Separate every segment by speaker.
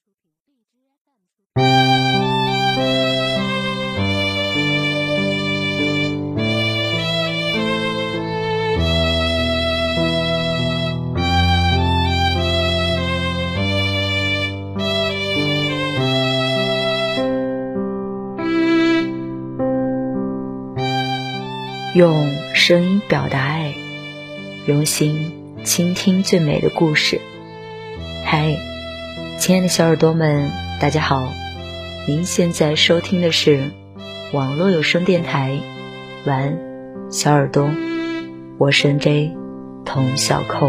Speaker 1: 用声音表达爱，用心倾听最美的故事。嗨，亲爱的小耳朵们，大家好，您现在收听的是网络有声电台晚安小耳朵，我是 NJ 童小扣。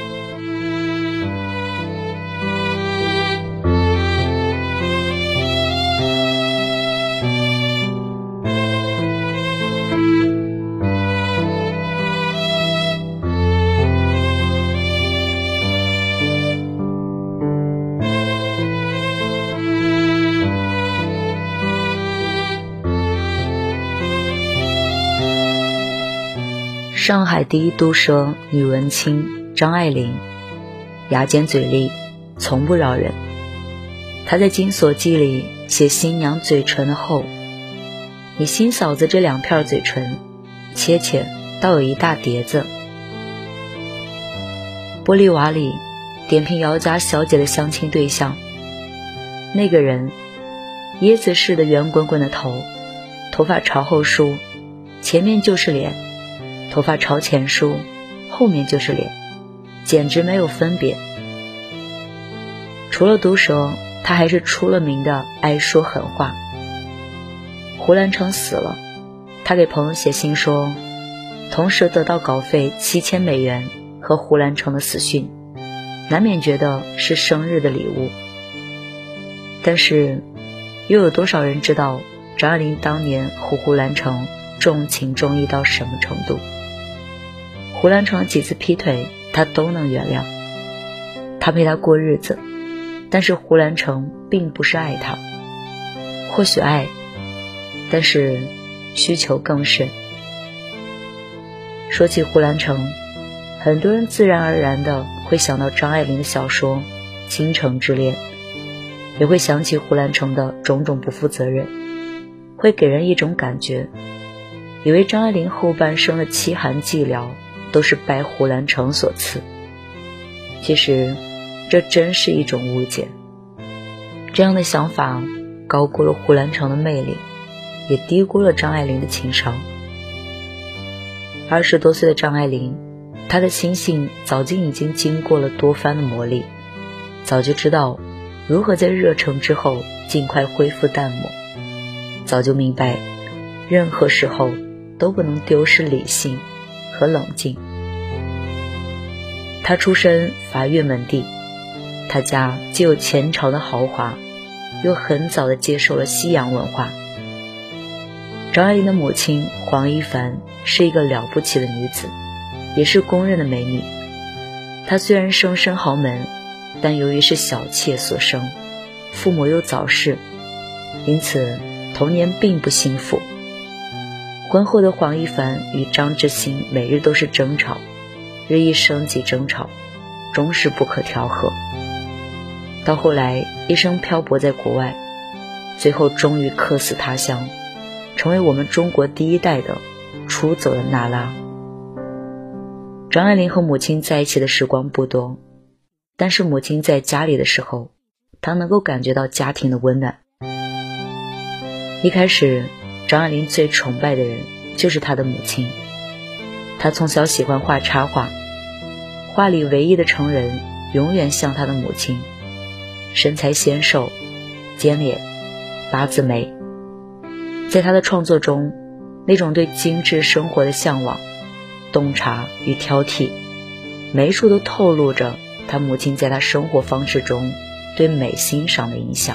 Speaker 1: 上海第一毒舌女文青张爱玲，牙尖嘴利，从不饶人。她在《金锁记》里写新娘嘴唇的厚，你新嫂子这2片嘴唇，切切倒有一大碟子。玻璃瓦里点评姚家小姐的相亲对象，那个人椰子似的圆滚滚的头，头发朝后梳，前面就是脸，头发朝前梳，后面就是脸，简直没有分别。除了毒舌，他还是出了名的爱说狠话。胡兰成死了，他给朋友写信说，同时得到稿费7000美元和胡兰成的死讯，难免觉得是生日的礼物。但是又有多少人知道张爱玲当年和胡兰成重情重义到什么程度？胡兰成几次劈腿他都能原谅，他陪他过日子，但是胡兰成并不是爱他，或许爱，但是需求更甚。说起胡兰成，很多人自然而然地会想到张爱玲的小说《倾城之恋》，也会想起胡兰成的种种不负责任，会给人一种感觉，以为张爱玲后半生的凄寒寂寥都是拜胡兰成所赐。其实这真是一种误解，这样的想法高估了胡兰成的魅力，也低估了张爱玲的情商。20多岁的张爱玲，她的心性早就已经经过了多番的磨砺，早就知道如何在热诚之后尽快恢复淡漠，早就明白任何时候都不能丢失理性和冷静。他出身法乐门第，他家既有前朝的豪华，又很早地接受了西洋文化。张爱玲的母亲黄一凡是一个了不起的女子，也是公认的美女。她虽然生身豪门，但由于是小妾所生，父母又早逝，因此童年并不幸福。婚后的黄一凡与张之行每日都是争吵，日益升级争吵，终是不可调和。到后来一生漂泊在国外，最后终于客死他乡，成为我们中国第一代的出走的娜拉。张爱玲和母亲在一起的时光不多，但是母亲在家里的时候，她能够感觉到家庭的温暖。一开始张爱玲最崇拜的人就是她的母亲。她从小喜欢画插画，画里唯一的成人永远像她的母亲，身材纤瘦，尖脸，八字眉。在她的创作中，那种对精致生活的向往，洞察与挑剔，每一处都透露着她母亲在她生活方式中对美欣赏的影响。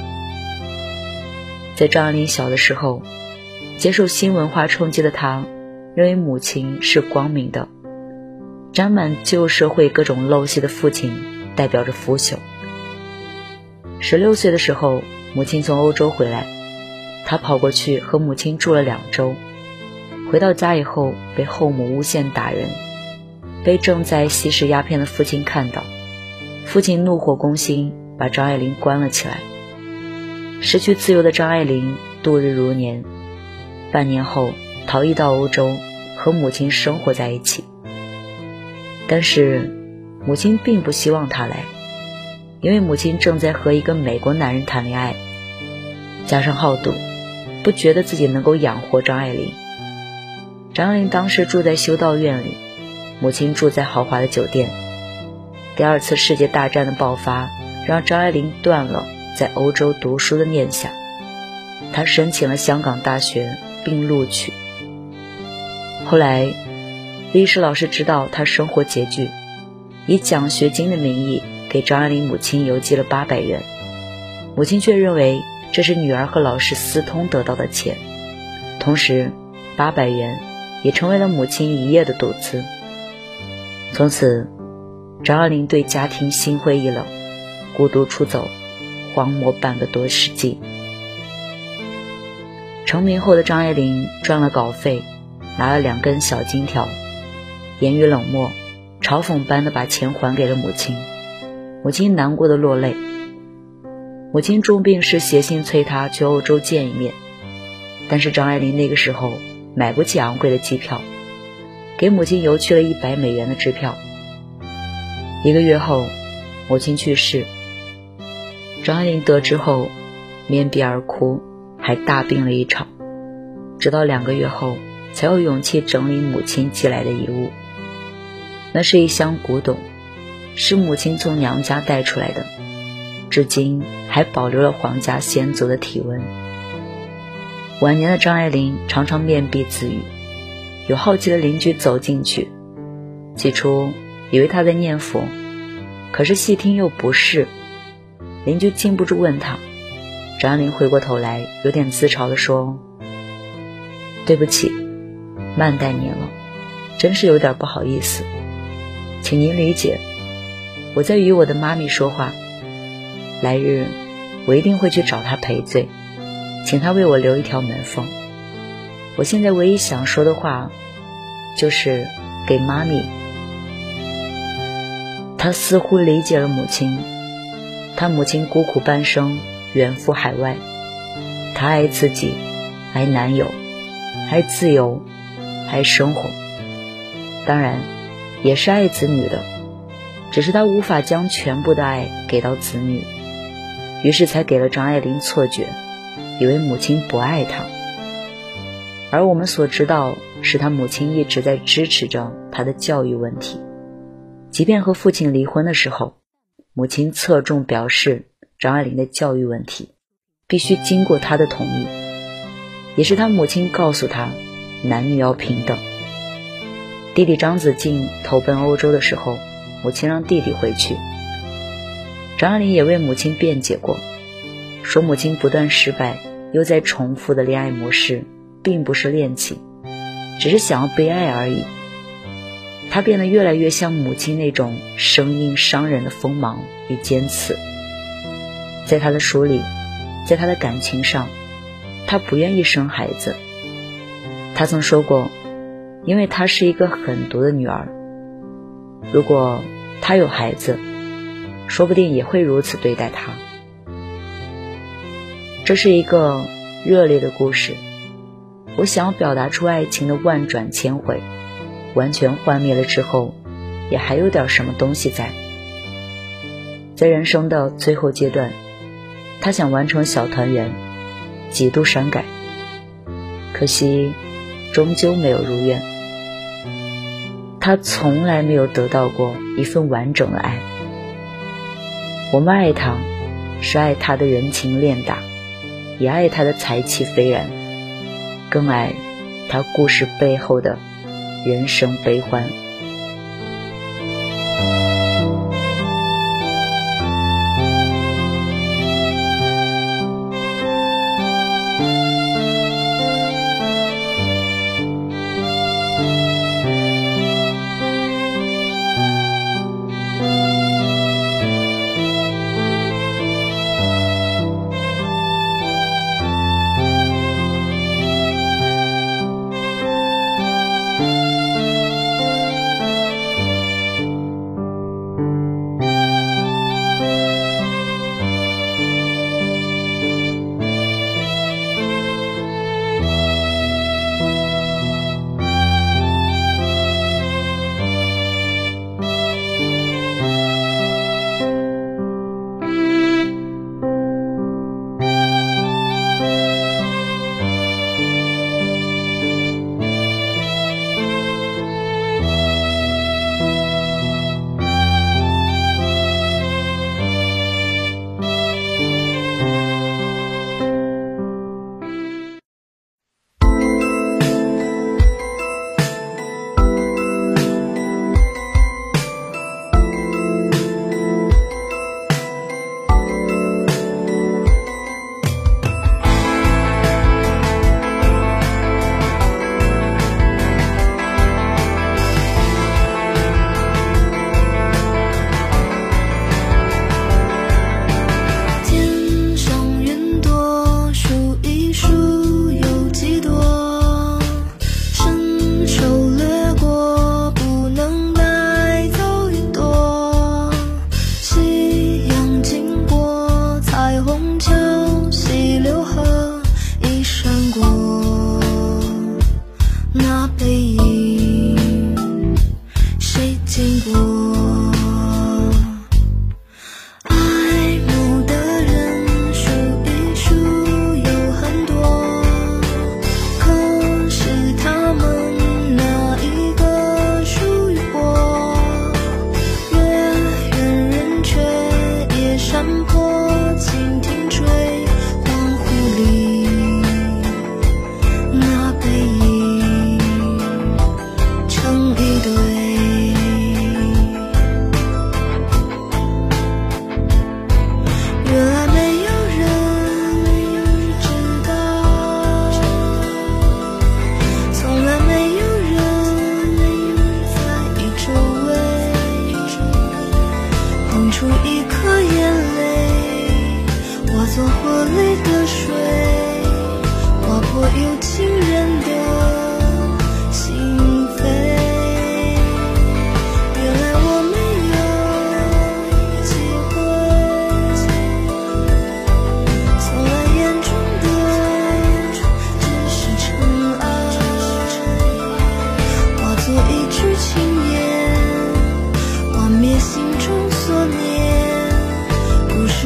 Speaker 1: 在张爱玲小的时候，接受新文化冲击的她，认为母亲是光明的，沾满旧社会各种陋习的父亲代表着腐朽。16岁的时候，母亲从欧洲回来，她跑过去和母亲住了2周，回到家以后被后母诬陷打人，被正在吸食鸦片的父亲看到，父亲怒火攻心， 把张爱玲关了起来。失去自由的张爱玲度日如年，半年后逃逸到欧洲，和母亲生活在一起。但是母亲并不希望她来，因为母亲正在和一个美国男人谈恋爱，加上好赌，不觉得自己能够养活张爱玲。张爱玲当时住在修道院里，母亲住在豪华的酒店。第二次世界大战的爆发让张爱玲断了在欧洲读书的念想，她申请了香港大学并录取。后来历史老师知道她生活拮据，以奖学金的名义给张爱玲母亲邮寄了800元，母亲却认为这是女儿和老师私通得到的钱，同时800元也成为了母亲一夜的赌资。从此张爱玲对家庭心灰意冷，孤独出走，荒漠半个多世纪。成名后的张爱玲赚了稿费，拿了2根小金条，言语冷漠，嘲讽般的把钱还给了母亲。母亲难过的落泪。母亲重病时写信催她去欧洲见一面，但是张爱玲那个时候买不起昂贵的机票，给母亲邮去了100美元的支票。1个月后，母亲去世。张爱玲得知后面壁而哭，还大病了一场，直到2个月后才有勇气整理母亲寄来的遗物。那是一箱古董，是母亲从娘家带出来的，至今还保留了皇家先祖的体温。晚年的张爱玲常常面壁自语，有好奇的邻居走进去，起初以为她在念佛，可是细听又不是。邻居禁不住问她，张爱玲回过头来有点自嘲地说：对不起，慢待您了，真是有点不好意思，请您理解，我在与我的妈咪说话，来日我一定会去找她赔罪，请她为我留一条门缝。我现在唯一想说的话就是给妈咪。她似乎理解了母亲，她母亲孤苦半生，远赴海外，她爱自己，爱男友，爱自由，爱生活，当然也是爱子女的，只是她无法将全部的爱给到子女，于是才给了张爱玲错觉，以为母亲不爱她。而我们所知道是她母亲一直在支持着她的教育问题，即便和父亲离婚的时候，母亲侧重表示张爱玲的教育问题必须经过她的同意，也是她母亲告诉她男女要平等。弟弟张子静投奔欧洲的时候，母亲让弟弟回去。张爱玲也为母亲辩解过，说母亲不断失败又在重复的恋爱模式并不是恋情，只是想要被爱而已。她变得越来越像母亲那种生硬伤人的锋芒与尖刺。在她的书里，在她的感情上，她不愿意生孩子。她曾说过，因为她是一个狠毒的女儿，如果她有孩子，说不定也会如此对待她。这是一个热烈的故事，我想要表达出爱情的万转千回，完全幻灭了之后，也还有点什么东西在。在人生的最后阶段，他想完成小团圆，几度删改，可惜终究没有如愿。他从来没有得到过一份完整的爱。我们爱他，是爱他的人情练达，也爱他的才气斐然，更爱他故事背后的人生悲欢。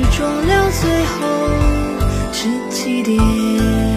Speaker 2: 是终了最后是起点。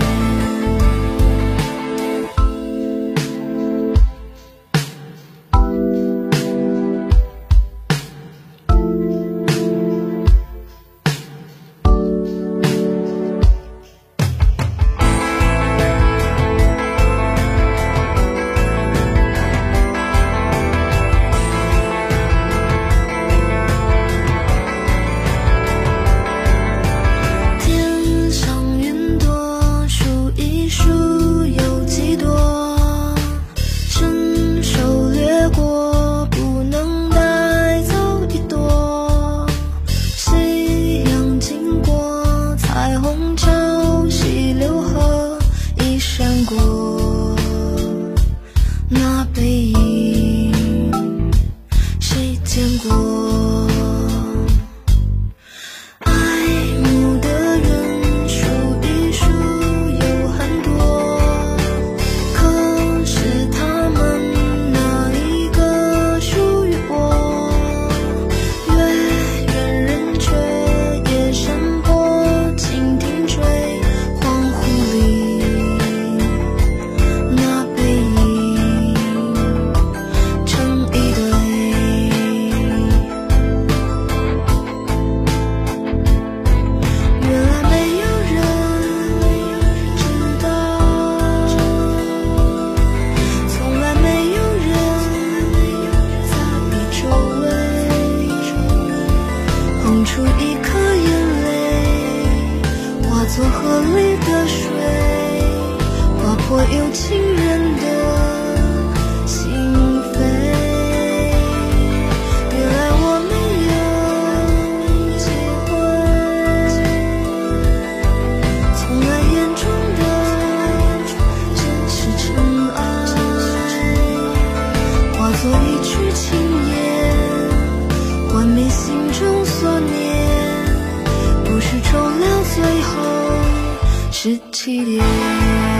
Speaker 2: 那背影谁见过？爱慕的人数一数有很多，可是他们哪一个属于我？月圆人缺夜山坡，蜻蜓追黄昏里那背影成一对。原来没有人知道，从来没有人在你周围捧出一颗眼泪，化作河里的水，划破有情人的心扉。原来我没有机会，从来眼中的真是尘埃，化作一曲情言，幻灭心中所念，不是终了最后是起点。